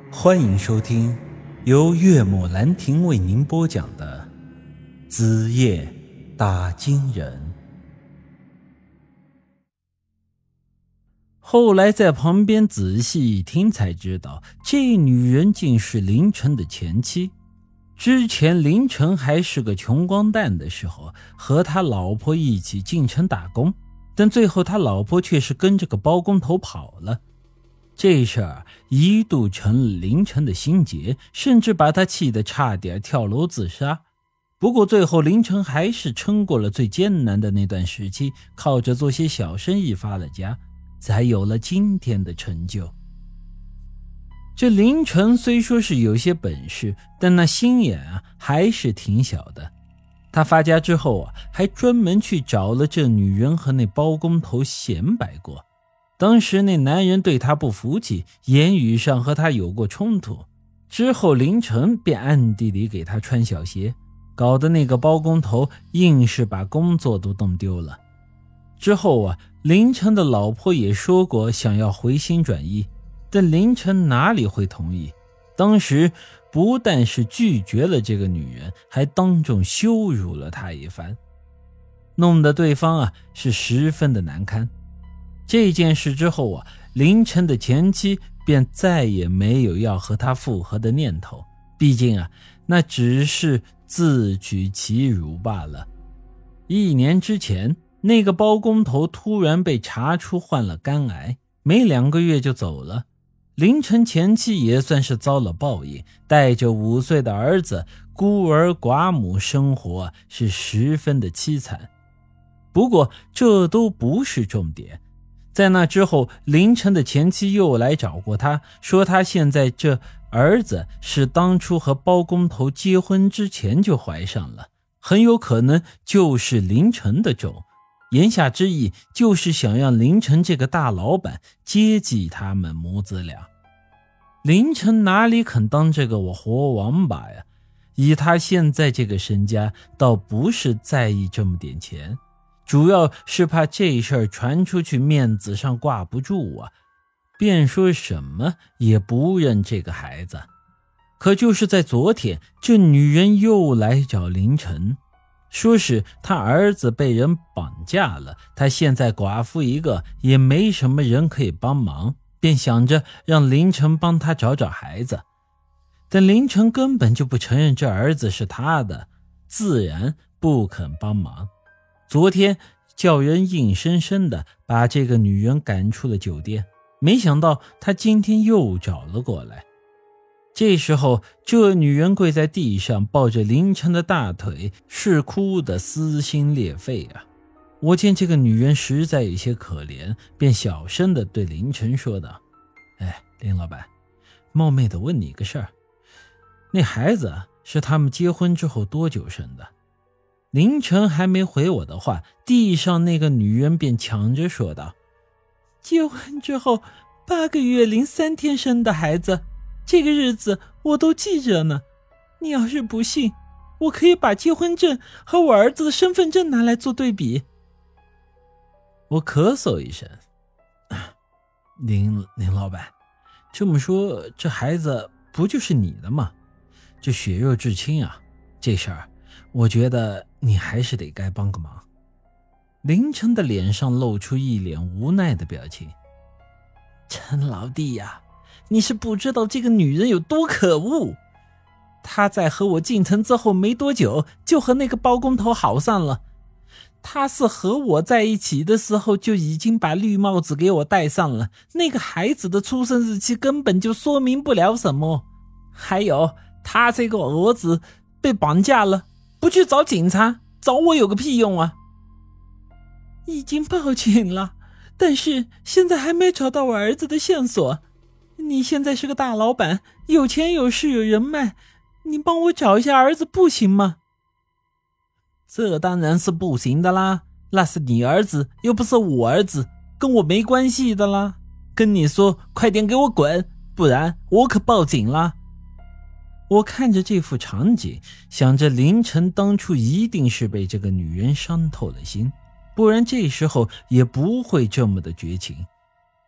欢迎收听由岳母兰亭为您播讲的子夜打金人。后来在旁边仔细一听才知道，这女人竟是林晨的前妻。之前林晨还是个穷光蛋的时候，和他老婆一起进城打工，但最后他老婆却是跟着个包工头跑了。这事儿一度成了林晨的心结，甚至把他气得差点跳楼自杀。不过最后林晨还是撑过了最艰难的那段时期，靠着做些小生意发了家，才有了今天的成就。这林晨虽说是有些本事，但那心眼还是挺小的。他发家之后还专门去找了这女人和那包工头显摆过。当时那男人对他不服气，言语上和他有过冲突，之后林晨便暗地里给他穿小鞋，搞得那个包工头硬是把工作都弄丢了。之后林晨的老婆也说过想要回心转意，但林晨哪里会同意，当时不但是拒绝了这个女人，还当众羞辱了她一番，弄得对方是十分的难堪。这件事之后林晨的前妻便再也没有要和他复合的念头，毕竟那只是自取其辱罢了。1年之前，那个包工头突然被查出患了肝癌，没2个月就走了。林晨前妻也算是遭了报应，带着5岁的儿子，孤儿寡母，生活是十分的凄惨。不过这都不是重点。在那之后，林晨的前妻又来找过他，说他现在这儿子是当初和包工头结婚之前就怀上了，很有可能就是林晨的种。言下之意就是想让林晨这个大老板接济他们母子俩。林晨哪里肯当这个活王八呀？以他现在这个身家，倒不是在意这么点钱，主要是怕这事儿传出去面子上挂不住便说什么也不认这个孩子。可就是在昨天，这女人又来找林晨，说是他儿子被人绑架了，他现在寡妇一个，也没什么人可以帮忙，便想着让林晨帮他找找孩子。但林晨根本就不承认这儿子是他的，自然不肯帮忙。昨天叫人硬生生的把这个女人赶出了酒店，没想到她今天又找了过来。这时候这女人跪在地上，抱着林晨的大腿，是哭得撕心裂肺我见这个女人实在有些可怜，便小声地对林晨说道：林老板，冒昧地问你个事儿，那孩子是他们结婚之后多久生的？林晨还没回我的话，地上那个女人便抢着说道：结婚之后8个月零3天生的孩子，这个日子我都记着呢。你要是不信，我可以把结婚证和我儿子的身份证拿来做对比。我咳嗽一声，林老板，这么说这孩子不就是你的吗？这血肉至亲这事儿我觉得你还是得该帮个忙。林晨的脸上露出一脸无奈的表情。陈老弟你是不知道这个女人有多可恶。她在和我进城之后没多久，就和那个包工头好上了。她是和我在一起的时候就已经把绿帽子给我戴上了，那个孩子的出生日期根本就说明不了什么。还有她这个儿子被绑架了，不去找警察，找我有个屁用已经报警了，但是现在还没找到我儿子的线索。你现在是个大老板，有钱有势有人脉，你帮我找一下儿子不行吗？这当然是不行的啦，那是你儿子，又不是我儿子，跟我没关系的啦。跟你说，快点给我滚，不然我可报警啦。我看着这幅场景，想着林晨当初一定是被这个女人伤透了心，不然这时候也不会这么的绝情。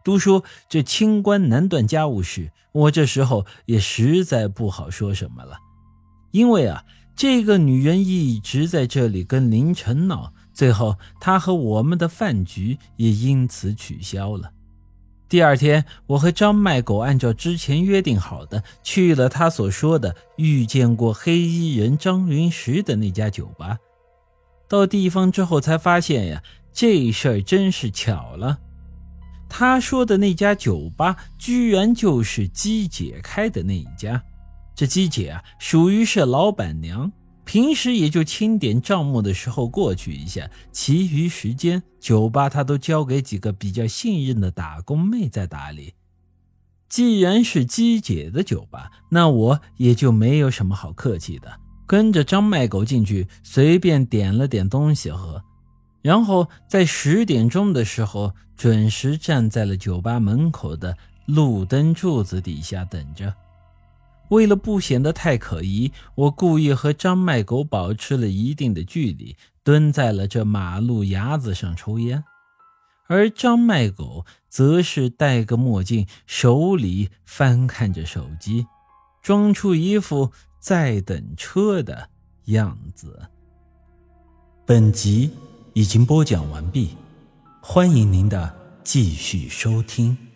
都说这清官难断家务事，我这时候也实在不好说什么了。因为这个女人一直在这里跟凌晨闹，最后她和我们的饭局也因此取消了。第二天，我和张卖狗按照之前约定好的，去了他所说的遇见过黑衣人张云石的那家酒吧。到地方之后才发现这事儿真是巧了。他说的那家酒吧居然就是姬姐开的那一家。这姬姐属于是老板娘，平时也就清点账目的时候过去一下，其余时间酒吧她都交给几个比较信任的打工妹在打理。既然是姬姐的酒吧，那我也就没有什么好客气的，跟着张卖狗进去随便点了点东西喝，然后在10点钟的时候准时站在了酒吧门口的路灯柱子底下等着。为了不显得太可疑，我故意和张卖狗保持了一定的距离，蹲在了这马路牙子上抽烟。而张卖狗则是戴个墨镜，手里翻看着手机，装出一副在等车的样子。本集已经播讲完毕，欢迎您的继续收听。